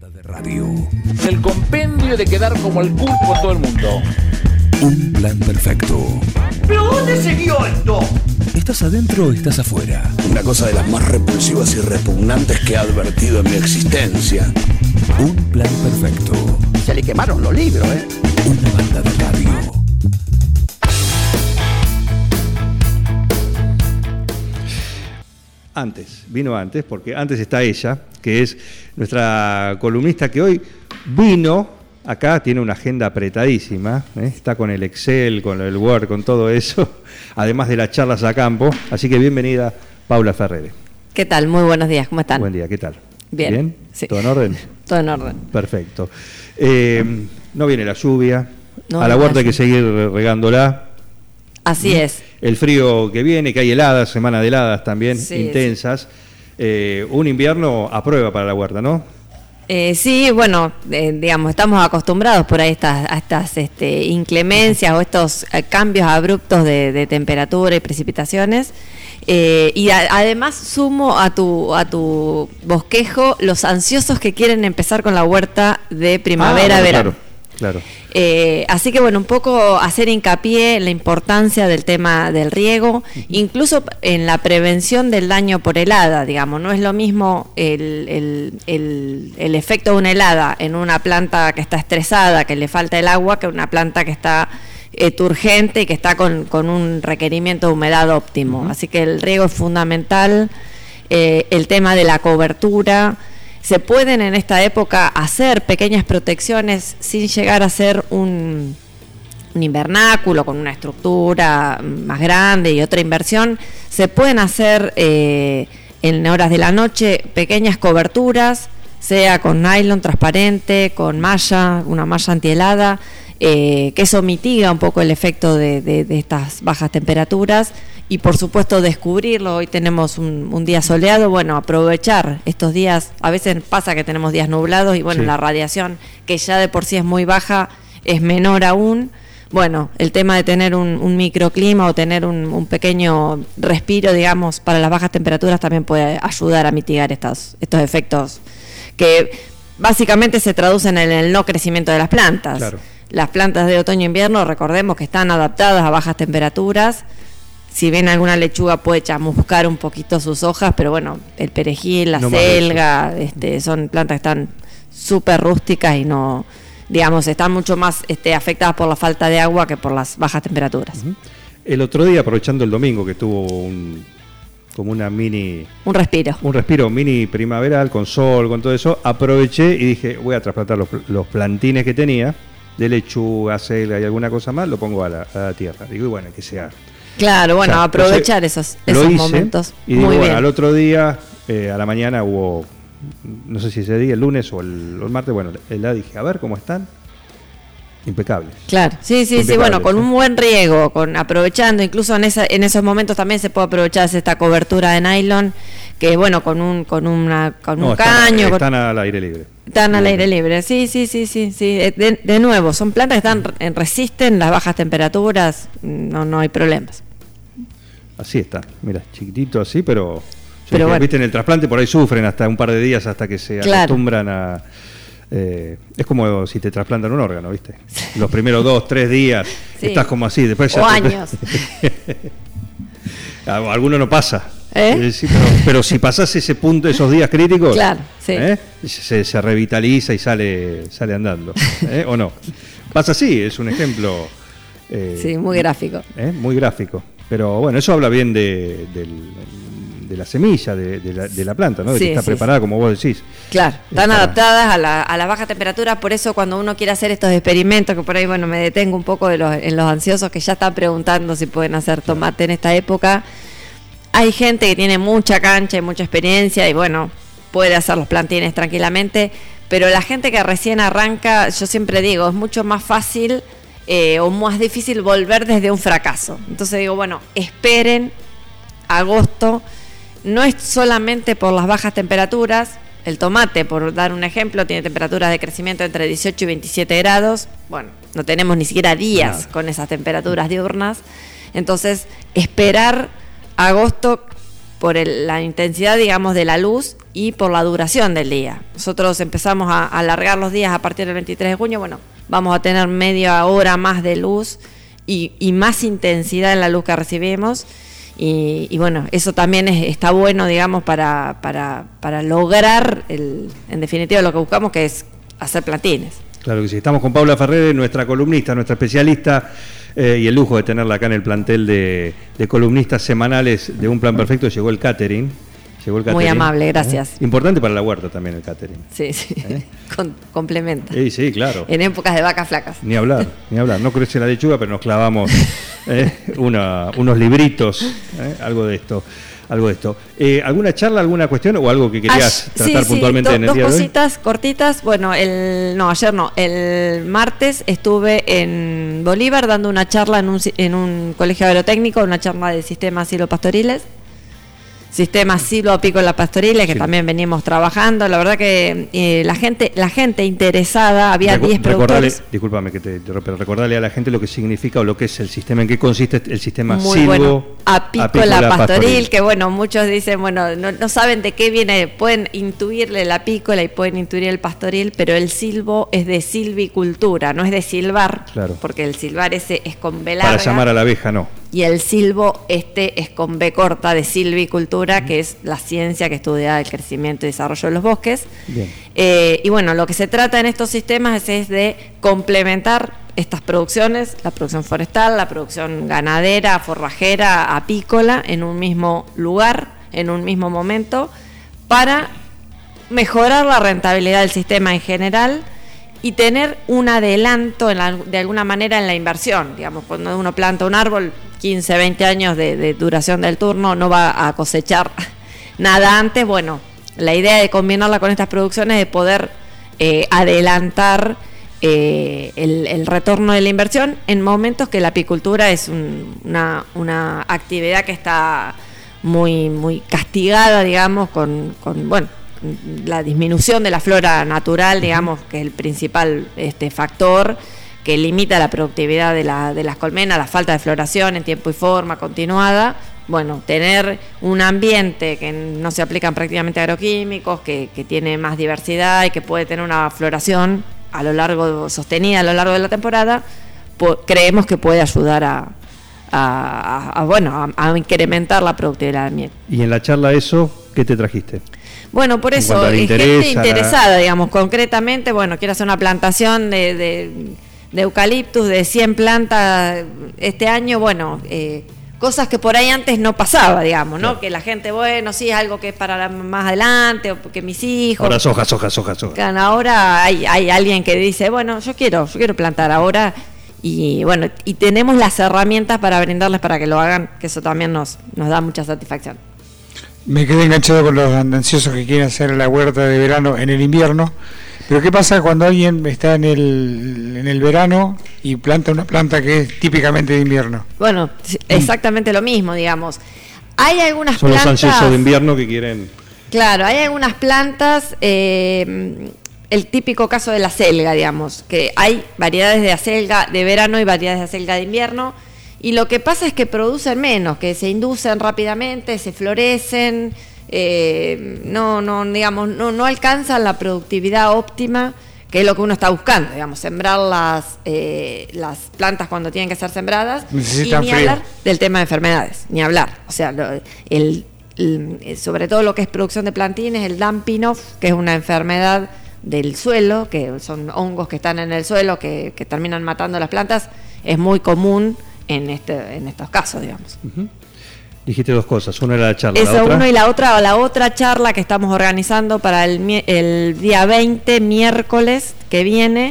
banda de radio. El compendio de quedar como el culo con todo el mundo. Un plan perfecto. ¿Pero dónde se vio esto? ¿Estás adentro o estás afuera? Una cosa de las más repulsivas y repugnantes que he advertido en mi existencia. Un plan perfecto. Se le quemaron los libros, ¿eh? Una banda de radio. Vino antes, porque antes está ella, que es nuestra columnista que hoy vino acá, tiene una agenda apretadísima, está con el Excel, con el Word, con todo eso, además de las charlas a campo, así que bienvenida Paula Ferrere. ¿Qué tal? Muy buenos días, ¿cómo están? Buen día, ¿qué tal? Bien. ¿Bien? Sí. ¿Todo en orden? Todo en orden. Perfecto. No viene la lluvia, No, a la no huerta hay lluvia. que seguir regándola. Así es. El frío que viene, que hay heladas, semana de heladas también, Sí, intensas. Un invierno a prueba para la huerta, ¿no? Sí, bueno, digamos, estamos acostumbrados por ahí a estas inclemencias o estos cambios abruptos de temperatura y precipitaciones. Y además sumo a tu bosquejo los ansiosos que quieren empezar con la huerta de primavera-verano. Claro. Así que bueno, un poco hacer hincapié en la importancia del tema del riego, incluso en la prevención del daño por helada, digamos. No es lo mismo el efecto de una helada en una planta que está estresada, que le falta el agua, que una planta que está turgente y que está con un requerimiento de humedad óptimo. Así que el riego es fundamental, el tema de la cobertura. Se pueden en esta época hacer pequeñas protecciones sin llegar a ser un invernáculo con una estructura más grande y otra inversión. Se pueden hacer en horas de la noche pequeñas coberturas, sea con nylon transparente, con malla, una malla antihelada, que eso mitiga un poco el efecto de estas bajas temperaturas. Y por supuesto descubrirlo. Hoy tenemos un día soleado, bueno, aprovechar estos días. A veces pasa que tenemos días nublados y bueno, Sí. La radiación, que ya de por sí es muy baja, es menor aún. Bueno, el tema de tener un microclima o tener un pequeño respiro, digamos, para las bajas temperaturas también puede ayudar a mitigar estos efectos que básicamente se traducen en el no crecimiento de las plantas. Claro. Las plantas de otoño-invierno, recordemos que están adaptadas a bajas temperaturas. Si bien alguna lechuga puede chamuscar un poquito sus hojas, pero bueno, el perejil, la No más de selga, son plantas que están súper rústicas y no, digamos, están mucho más afectadas por la falta de agua que por las bajas temperaturas. El otro día, aprovechando el domingo, que tuvo como una mini... Un respiro. Un respiro mini primaveral, con sol, con todo eso, aproveché y dije, voy a trasplantar los plantines que tenía, de lechuga, selga y alguna cosa más, lo pongo a la tierra. Digo, y bueno, que sea... Claro, bueno, O sea, aprovechar entonces, esos lo hice, momentos. Y digo, Muy bueno, bien. al otro día, a la mañana hubo, no sé si ese día, el lunes o el martes, bueno, dije, a ver cómo están. Impecables. Claro, sí, Impecables, bueno, con un buen riego, aprovechando, incluso en esos momentos también se puede aprovechar esta cobertura de nylon, que bueno, con un caño. Están al aire libre. Están al aire libre, sí. De nuevo, son plantas que resisten las bajas temperaturas, no hay problemas. Así está, mira, chiquitito así, pero Bueno. viste, en el trasplante por ahí sufren hasta un par de días hasta que se Claro. acostumbran a... es como si te trasplantan un órgano, ¿viste? Los primeros 2-3 días Sí. estás como así, después ya... O años. Alguno no pasa. ¿Eh? Sí, pero si pasás ese punto, esos días críticos, Claro, sí. se revitaliza y sale andando. ¿O no? Pasa así, es un ejemplo Sí, muy gráfico. muy gráfico. Pero bueno, eso habla bien de la semilla, de la planta, ¿no? De Sí, que está sí, preparada, como vos decís. Claro, están Para- adaptadas a la baja temperatura, por eso cuando uno quiere hacer estos experimentos, que por ahí, bueno, me detengo un poco en los ansiosos que ya están preguntando si pueden hacer tomate en esta época. Hay gente que tiene mucha cancha y mucha experiencia y bueno, puede hacer los plantines tranquilamente, pero la gente que recién arranca, yo siempre digo, es mucho más fácil o más difícil volver desde un fracaso. Entonces digo, bueno, esperen agosto. No es solamente por las bajas temperaturas. El tomate, por dar un ejemplo, tiene temperaturas de crecimiento entre 18 y 27 grados. Bueno, no tenemos ni siquiera días Nada. con esas temperaturas diurnas. Entonces, esperar agosto la intensidad, digamos, de la luz y por la duración del día. Nosotros empezamos a alargar los días a partir del 23 de junio, bueno, vamos a tener media hora más de luz y más intensidad en la luz que recibimos. Y bueno, eso también está bueno, digamos, para lograr, en definitiva, lo que buscamos, que es hacer plantines. Claro que sí. Estamos con Paula Ferrere, nuestra columnista, nuestra especialista, y el lujo de tenerla acá en el plantel de columnistas semanales de Un Plan Perfecto. Llegó el catering. Muy amable, gracias. Importante para la huerta también el catering. Sí. Complementa. Sí, claro. En épocas de vacas flacas. Ni hablar. No crece la lechuga, pero nos clavamos unos libritos, algo de esto. ¿Alguna charla, alguna cuestión o algo que querías tratar puntualmente en el día de hoy? Dos cositas cortitas. Bueno, ayer no. El martes estuve en Bolívar dando una charla en un colegio agrotécnico, una charla de sistemas silvopastoriles. Sistemas silvopícola pastoriles, que sí, también venimos trabajando. La verdad que la gente interesada, había 10 productores. Discúlpame que te interrumpa, pero recordarle a la gente lo que significa o lo que es el sistema, en qué consiste el sistema apícola pastoril, que bueno, muchos dicen, bueno, no saben de qué viene, pueden intuirle la apícola y pueden intuir el pastoril, pero el silvo es de silvicultura, no es de silbar, claro, porque el silbar ese es con B larga. Para llamar a la abeja, no. Y el silvo es con B corta, de silvicultura, que es la ciencia que estudia el crecimiento y desarrollo de los bosques. Bien. Y bueno, lo que se trata en estos sistemas es de complementar estas producciones, la producción forestal, la producción ganadera, forrajera, apícola, en un mismo lugar, en un mismo momento, para mejorar la rentabilidad del sistema en general y tener un adelanto de alguna manera en la inversión. Digamos, cuando uno planta un árbol, 15, 20 años de duración del turno, no va a cosechar nada antes. Bueno, la idea de combinarla con estas producciones es de poder adelantar el retorno de la inversión en momentos que la apicultura es una actividad que está muy, muy castigada, digamos, con la disminución de la flora natural, digamos, que es el principal factor que limita la productividad de las colmenas, la falta de floración en tiempo y forma continuada. Bueno, tener un ambiente que no se aplican prácticamente agroquímicos, que tiene más diversidad y que puede tener una floración sostenida a lo largo de la temporada, creemos que puede ayudar a incrementar la productividad del miel. Y en la charla eso, ¿qué te trajiste? Bueno, por eso, gente interesada, digamos, concretamente, bueno, quiero hacer una plantación de eucaliptus de 100 plantas este año, bueno, cosas que por ahí antes no pasaba, digamos, ¿no? Claro. Que la gente, bueno, sí, es algo que es para más adelante, o que mis hijos... Ahora hojas. Ahora hay alguien que dice, bueno, yo quiero plantar ahora, y bueno, y tenemos las herramientas para brindarles para que lo hagan, que eso también nos da mucha satisfacción. Me quedé enganchado con los ansiosos que quieren hacer la huerta de verano en el invierno. Pero ¿qué pasa cuando alguien está en el verano y planta una planta que es típicamente de invierno? Bueno, exactamente lo mismo, digamos. Hay algunas plantas... Son los ansiosos de invierno que quieren... Claro, hay algunas plantas, el típico caso de la acelga, digamos, que hay variedades de acelga de verano y variedades de acelga de invierno, y lo que pasa es que producen menos, que se inducen rápidamente, se florecen... no alcanzan la productividad óptima, que es lo que uno está buscando, digamos, sembrar las plantas cuando tienen que ser sembradas. Necesitan y ni frío. hablar del tema de enfermedades, ni hablar. O sea, sobre todo lo que es producción de plantines, el dumping off, que es una enfermedad del suelo, que son hongos que están en el suelo, que terminan matando las plantas, es muy común en estos casos, digamos. Uh-huh. Dijiste dos cosas, una era la charla. Eso, ¿la otra? uno, y la otra charla que estamos organizando para el día 20, miércoles que viene,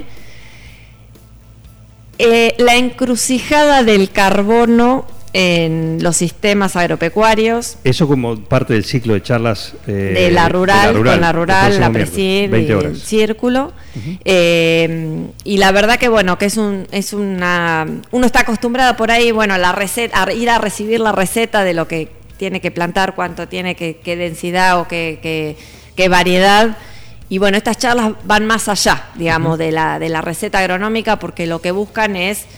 la encrucijada del carbono en los sistemas agropecuarios. Eso como parte del ciclo de charlas de la rural, con la rural, la Presid y el Círculo. Uh-huh. Y la verdad que bueno, que uno está acostumbrado por ahí, bueno, a ir a recibir la receta de lo que tiene que plantar, cuánto tiene, qué densidad o qué variedad. Y bueno, estas charlas van más allá, digamos, uh-huh, de la receta agronómica, porque lo que buscan es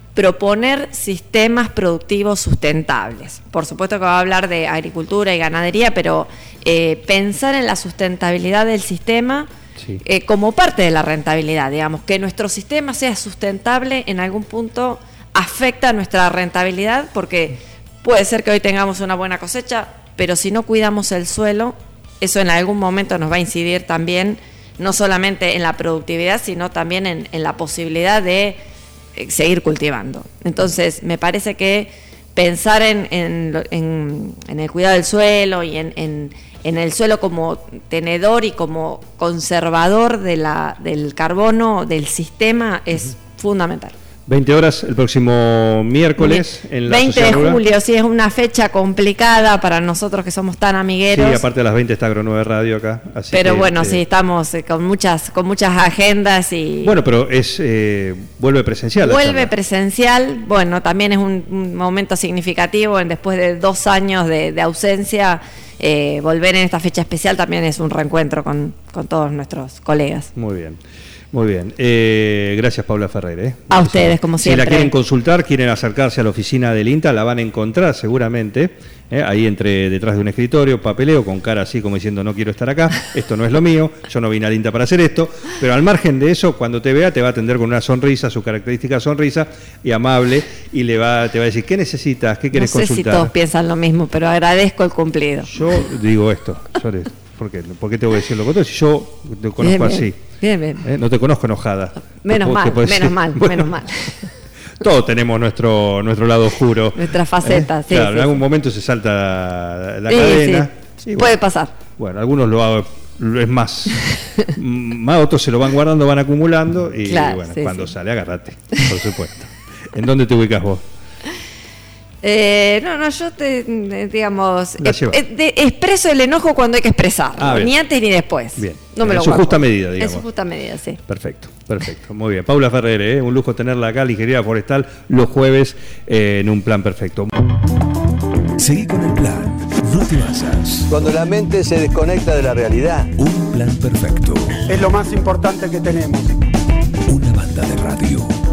proponer sistemas productivos sustentables. Por supuesto que va a hablar de agricultura y ganadería, pero pensar en la sustentabilidad del sistema como parte de la rentabilidad, digamos, que nuestro sistema sea sustentable en algún punto afecta a nuestra rentabilidad, porque puede ser que hoy tengamos una buena cosecha, pero si no cuidamos el suelo, eso en algún momento nos va a incidir también, no solamente en la productividad, sino también en la posibilidad de seguir cultivando. Entonces, me parece que pensar en el cuidado del suelo y en el suelo como tenedor y como conservador del carbono del sistema es fundamental. 20 horas el próximo miércoles en la 20 de julio, sí, es una fecha complicada para nosotros que somos tan amigueros. Sí, aparte a las 20 está Agro 9 Radio acá. Así pero que, bueno, sí, estamos con muchas agendas y... Bueno, pero vuelve presencial. Vuelve presencial, bueno, también es un momento significativo, después de 2 años de ausencia, volver en esta fecha especial también es un reencuentro con todos nuestros colegas. Muy bien. Muy bien, gracias Paula Ferrer. A ustedes, como siempre. Si la quieren consultar, quieren acercarse a la oficina del INTA, la van a encontrar seguramente, ahí detrás de un escritorio, papeleo, con cara así como diciendo no quiero estar acá, esto no es lo mío, yo no vine al INTA para hacer esto, pero al margen de eso, cuando te vea, te va a atender con una sonrisa, su característica sonrisa, y amable, y te va a decir, ¿qué necesitas? ¿Qué quieres consultar? No sé si todos piensan lo mismo, pero agradezco el cumplido. Yo digo esto, ¿por qué tengo que decir lo contrario? Si yo te conozco bien, así. Bien. No te conozco enojada. Menos mal. Todos tenemos nuestro lado oscuro. Nuestra faceta, sí. Claro, en algún momento se salta la cadena. Sí. Puede pasar. Bueno, algunos es más, otros se lo van guardando, van acumulando y claro, cuando sale, agárrate, por supuesto. ¿En dónde te ubicas vos? Yo digamos, expreso el enojo cuando hay que expresarlo, ni antes ni después. Bien. No me en lo su guardo. Justa medida, digamos. En su justa medida, sí. Perfecto. Muy bien. Paula Ferrer, un lujo tenerla acá, la Ingeniera Forestal, los jueves en Un Plan Perfecto. Seguí con el plan, no te basas. Cuando la mente se desconecta de la realidad. Un Plan Perfecto. Es lo más importante que tenemos. Una banda de radio.